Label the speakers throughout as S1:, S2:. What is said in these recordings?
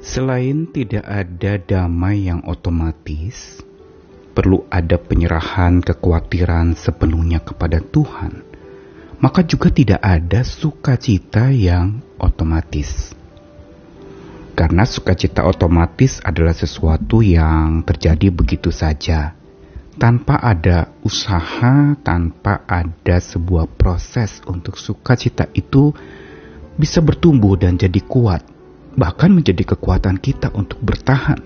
S1: Selain tidak ada damai yang otomatis, perlu ada penyerahan kekhawatiran sepenuhnya kepada Tuhan, maka juga tidak ada sukacita yang otomatis. Karena sukacita otomatis adalah sesuatu yang terjadi begitu saja, tanpa ada usaha, tanpa ada sebuah proses untuk sukacita itu bisa bertumbuh dan jadi kuat, bahkan menjadi kekuatan kita untuk bertahan.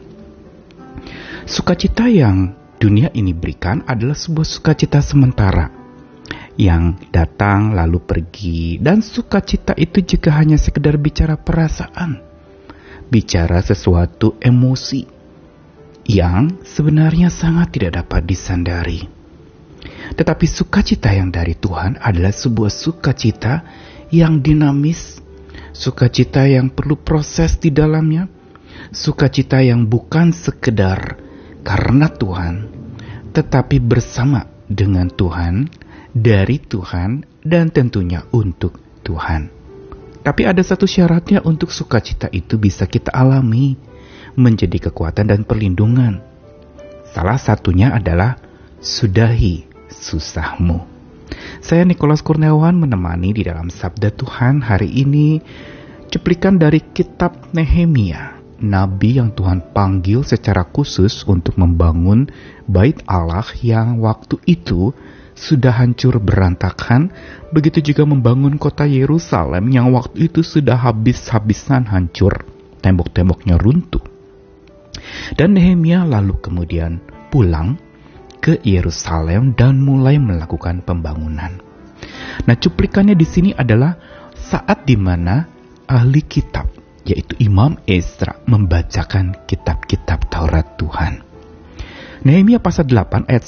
S1: Sukacita yang dunia ini berikan adalah sebuah sukacita sementara, yang datang lalu pergi, dan sukacita itu juga hanya sekedar bicara perasaan, bicara sesuatu emosi yang sebenarnya sangat tidak dapat disandari. Tetapi sukacita yang dari Tuhan adalah sebuah sukacita yang dinamis, sukacita yang perlu proses di dalamnya, sukacita yang bukan sekedar karena Tuhan, tetapi bersama dengan Tuhan, dari Tuhan, dan tentunya untuk Tuhan. Tapi ada satu syaratnya untuk sukacita itu bisa kita alami, menjadi kekuatan dan perlindungan. Salah satunya adalah sudahi susahmu. Saya Nikolas Kurniawan menemani di dalam Sabda Tuhan hari ini, cuplikan dari kitab Nehemia, nabi yang Tuhan panggil secara khusus untuk membangun bait Allah yang waktu itu sudah hancur berantakan, begitu juga membangun kota Yerusalem yang waktu itu sudah habis-habisan hancur, tembok-temboknya runtuh. Dan Nehemia lalu kemudian pulang ke Yerusalem dan mulai melakukan pembangunan. Nah, cuplikannya di sini adalah saat di mana ahli kitab, yaitu Imam Ezra, membacakan kitab-kitab Taurat Tuhan. Nehemia pasal 8 ayat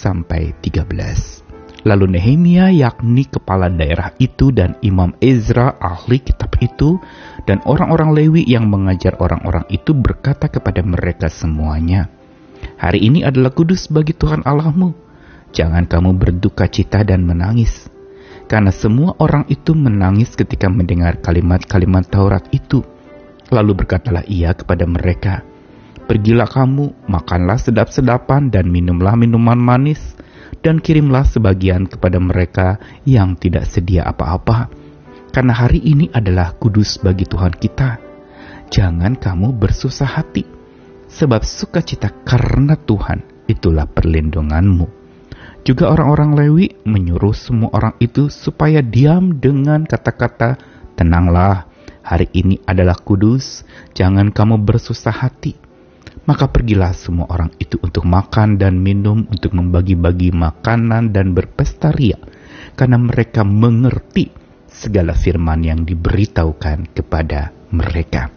S1: 10-13. Lalu Nehemia, yakni kepala daerah itu, dan Imam Ezra, ahli kitab itu, dan orang-orang Lewi yang mengajar orang-orang itu berkata kepada mereka semuanya, "Hari ini adalah kudus bagi Tuhan Allahmu. Jangan kamu berduka cita dan menangis." Karena semua orang itu menangis ketika mendengar kalimat-kalimat Taurat itu. Lalu berkatalah ia kepada mereka, "Pergilah kamu, makanlah sedap-sedapan dan minumlah minuman manis, dan kirimlah sebagian kepada mereka yang tidak sedia apa-apa. Karena hari ini adalah kudus bagi Tuhan kita. Jangan kamu bersusah hati, sebab sukacita karena Tuhan itulah perlindunganmu." Juga orang-orang Lewi menyuruh semua orang itu supaya diam dengan kata-kata, "Tenanglah, hari ini adalah kudus, jangan kamu bersusah hati." Maka pergilah semua orang itu untuk makan dan minum, untuk membagi-bagi makanan dan berpesta ria, karena mereka mengerti segala firman yang diberitahukan kepada mereka.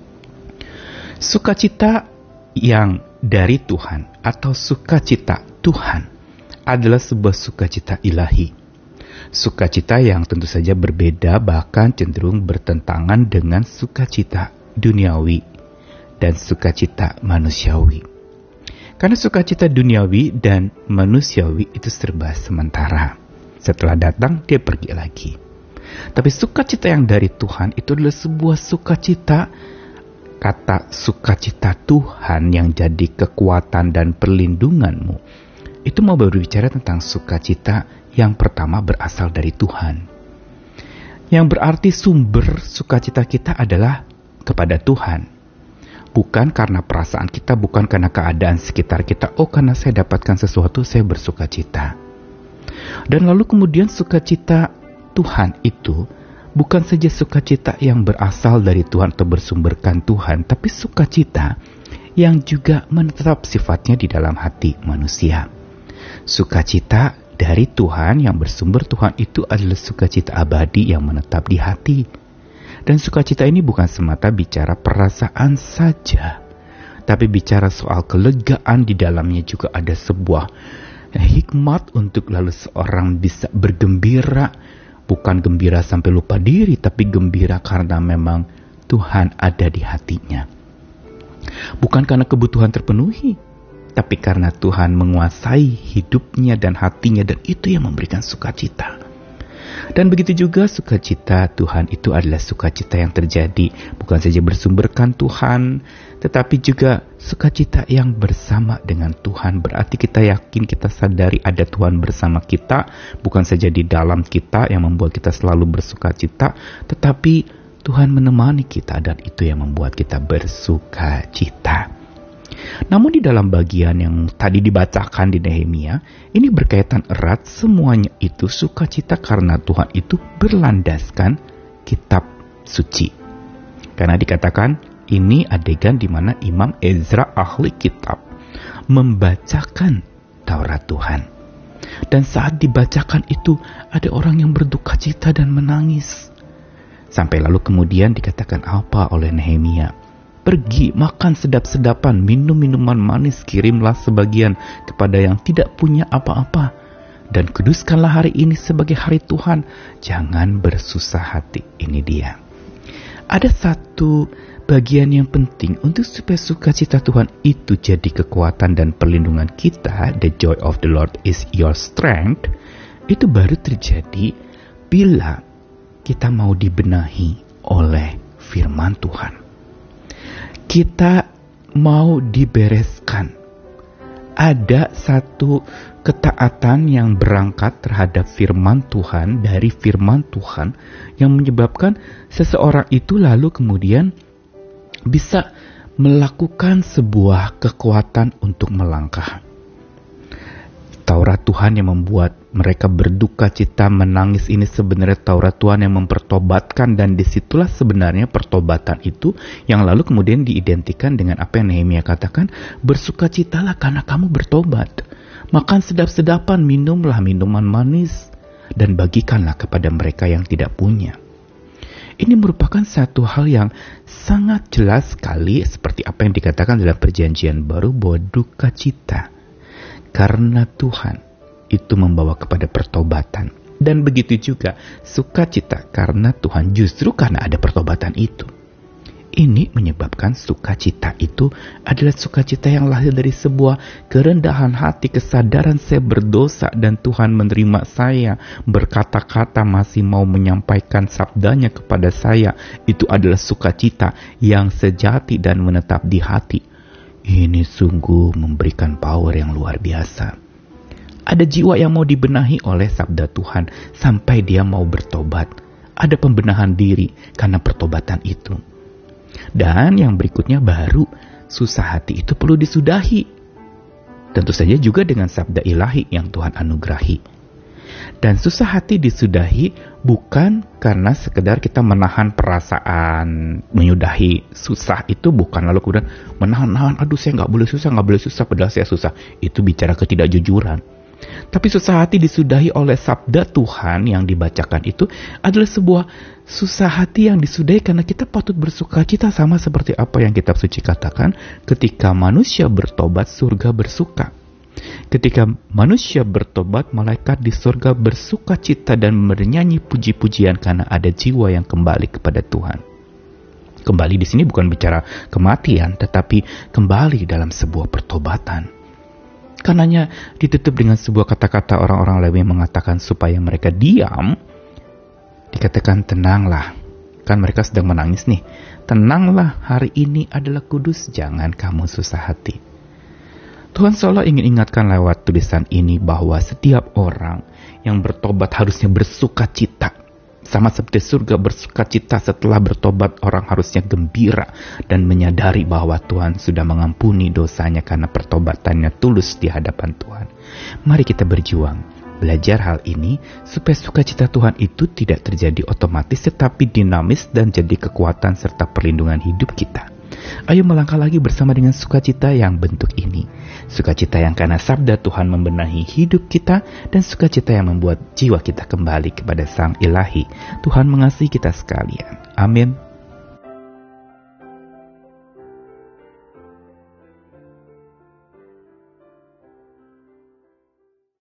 S1: Sukacita yang dari Tuhan atau sukacita Tuhan adalah sebuah sukacita ilahi. Sukacita yang tentu saja berbeda, bahkan cenderung bertentangan dengan sukacita duniawi dan sukacita manusiawi. Karena sukacita duniawi dan manusiawi itu serba sementara. Setelah datang, dia pergi lagi. Tapi sukacita yang dari Tuhan itu adalah sebuah sukacita. Kata sukacita Tuhan yang jadi kekuatan dan perlindunganmu, itu mau berbicara tentang sukacita yang pertama berasal dari Tuhan. Yang berarti sumber sukacita kita adalah kepada Tuhan. Bukan karena perasaan kita, bukan karena keadaan sekitar kita. Oh, karena saya dapatkan sesuatu, saya bersukacita. Dan lalu kemudian sukacita Tuhan itu bukan saja sukacita yang berasal dari Tuhan atau bersumberkan Tuhan, tapi sukacita yang juga menetap sifatnya di dalam hati manusia. Sukacita dari Tuhan yang bersumber Tuhan itu adalah sukacita abadi yang menetap di hati. Dan sukacita ini bukan semata bicara perasaan saja, tapi bicara soal kelegaan. Di dalamnya juga ada sebuah hikmat untuk lalu seorang bisa bergembira. Bukan gembira sampai lupa diri, tapi gembira karena memang Tuhan ada di hatinya. Bukan karena kebutuhan terpenuhi, tapi karena Tuhan menguasai hidupnya dan hatinya, dan itu yang memberikan sukacita. Dan begitu juga sukacita Tuhan itu adalah sukacita yang terjadi bukan saja bersumberkan Tuhan, tetapi juga sukacita yang bersama dengan Tuhan. Berarti kita yakin, kita sadari ada Tuhan bersama kita, bukan saja di dalam kita yang membuat kita selalu bersukacita, tetapi Tuhan menemani kita dan itu yang membuat kita bersukacita. Namun di dalam bagian yang tadi dibacakan di Nehemia, ini berkaitan erat, semuanya itu sukacita karena Tuhan itu berlandaskan kitab suci. Karena dikatakan ini adegan di mana Imam Ezra ahli kitab membacakan Taurat Tuhan. Dan saat dibacakan itu ada orang yang berduka cita dan menangis. Sampai lalu kemudian dikatakan apa oleh Nehemia? Pergi, makan sedap-sedapan, minum minuman manis, kirimlah sebagian kepada yang tidak punya apa-apa. Dan kuduskanlah hari ini sebagai hari Tuhan. Jangan bersusah hati. Ini dia. Ada satu bagian yang penting untuk supaya sukacita Tuhan itu jadi kekuatan dan perlindungan kita. The joy of the Lord is your strength. Itu baru terjadi bila kita mau dibenahi oleh firman Tuhan. Kita mau dibereskan. Ada satu ketaatan yang berangkat terhadap firman Tuhan, dari firman Tuhan, yang menyebabkan seseorang itu lalu kemudian bisa melakukan sebuah kekuatan untuk melangkah. Taurat Tuhan yang membuat mereka berduka cita, menangis, ini sebenarnya Taurat Tuhan yang mempertobatkan, dan disitulah sebenarnya pertobatan itu yang lalu kemudian diidentikan dengan apa yang Nehemia katakan, bersukacitalah karena kamu bertobat, makan sedap-sedapan, minumlah minuman manis, dan bagikanlah kepada mereka yang tidak punya. Ini merupakan satu hal yang sangat jelas sekali seperti apa yang dikatakan dalam Perjanjian Baru, bahwa duka cita karena Tuhan itu membawa kepada pertobatan. Dan begitu juga sukacita karena Tuhan, justru karena ada pertobatan itu. Ini menyebabkan sukacita itu adalah sukacita yang lahir dari sebuah kerendahan hati, kesadaran saya berdosa dan Tuhan menerima saya, berkata-kata masih mau menyampaikan sabdanya kepada saya. Itu adalah sukacita yang sejati dan menetap di hati. Ini sungguh memberikan power yang luar biasa. Ada jiwa yang mau dibenahi oleh sabda Tuhan sampai dia mau bertobat. Ada pembenahan diri karena pertobatan itu. Dan yang berikutnya baru, susah hati itu perlu disudahi. Tentu saja juga dengan sabda ilahi yang Tuhan anugerahi. Dan susah hati disudahi bukan karena sekedar kita menahan perasaan. Menyudahi susah itu bukan lalu kemudian menahan, aduh saya nggak boleh susah, padahal saya susah. Itu bicara ketidakjujuran. Tapi susah hati disudahi oleh sabda Tuhan yang dibacakan itu adalah sebuah susah hati yang disudahi karena kita patut bersukacita, sama seperti apa yang kitab suci katakan, ketika manusia bertobat surga bersuka. Ketika manusia bertobat, malaikat di surga bersukacita dan bernyanyi puji-pujian karena ada jiwa yang kembali kepada Tuhan. Kembali di sini bukan bicara kematian, tetapi kembali dalam sebuah pertobatan. Karenanya ditutup dengan sebuah kata-kata orang-orang Lewi mengatakan supaya mereka diam. Dikatakan tenanglah. Kan mereka sedang menangis nih. Tenanglah, hari ini adalah kudus, jangan kamu susah hati. Tuhan seolah ingin ingatkan lewat tulisan ini bahwa setiap orang yang bertobat harusnya bersukacita. Sama seperti surga bersukacita setelah bertobat, orang harusnya gembira dan menyadari bahwa Tuhan sudah mengampuni dosanya karena pertobatannya tulus di hadapan Tuhan. Mari kita berjuang, belajar hal ini supaya sukacita Tuhan itu tidak terjadi otomatis tetapi dinamis dan jadi kekuatan serta perlindungan hidup kita. Ayo melangkah lagi bersama dengan sukacita yang bentuk ini. Sukacita yang karena sabda Tuhan membenahi hidup kita, dan sukacita yang membuat jiwa kita kembali kepada Sang Ilahi. Tuhan mengasihi kita sekalian. Amin.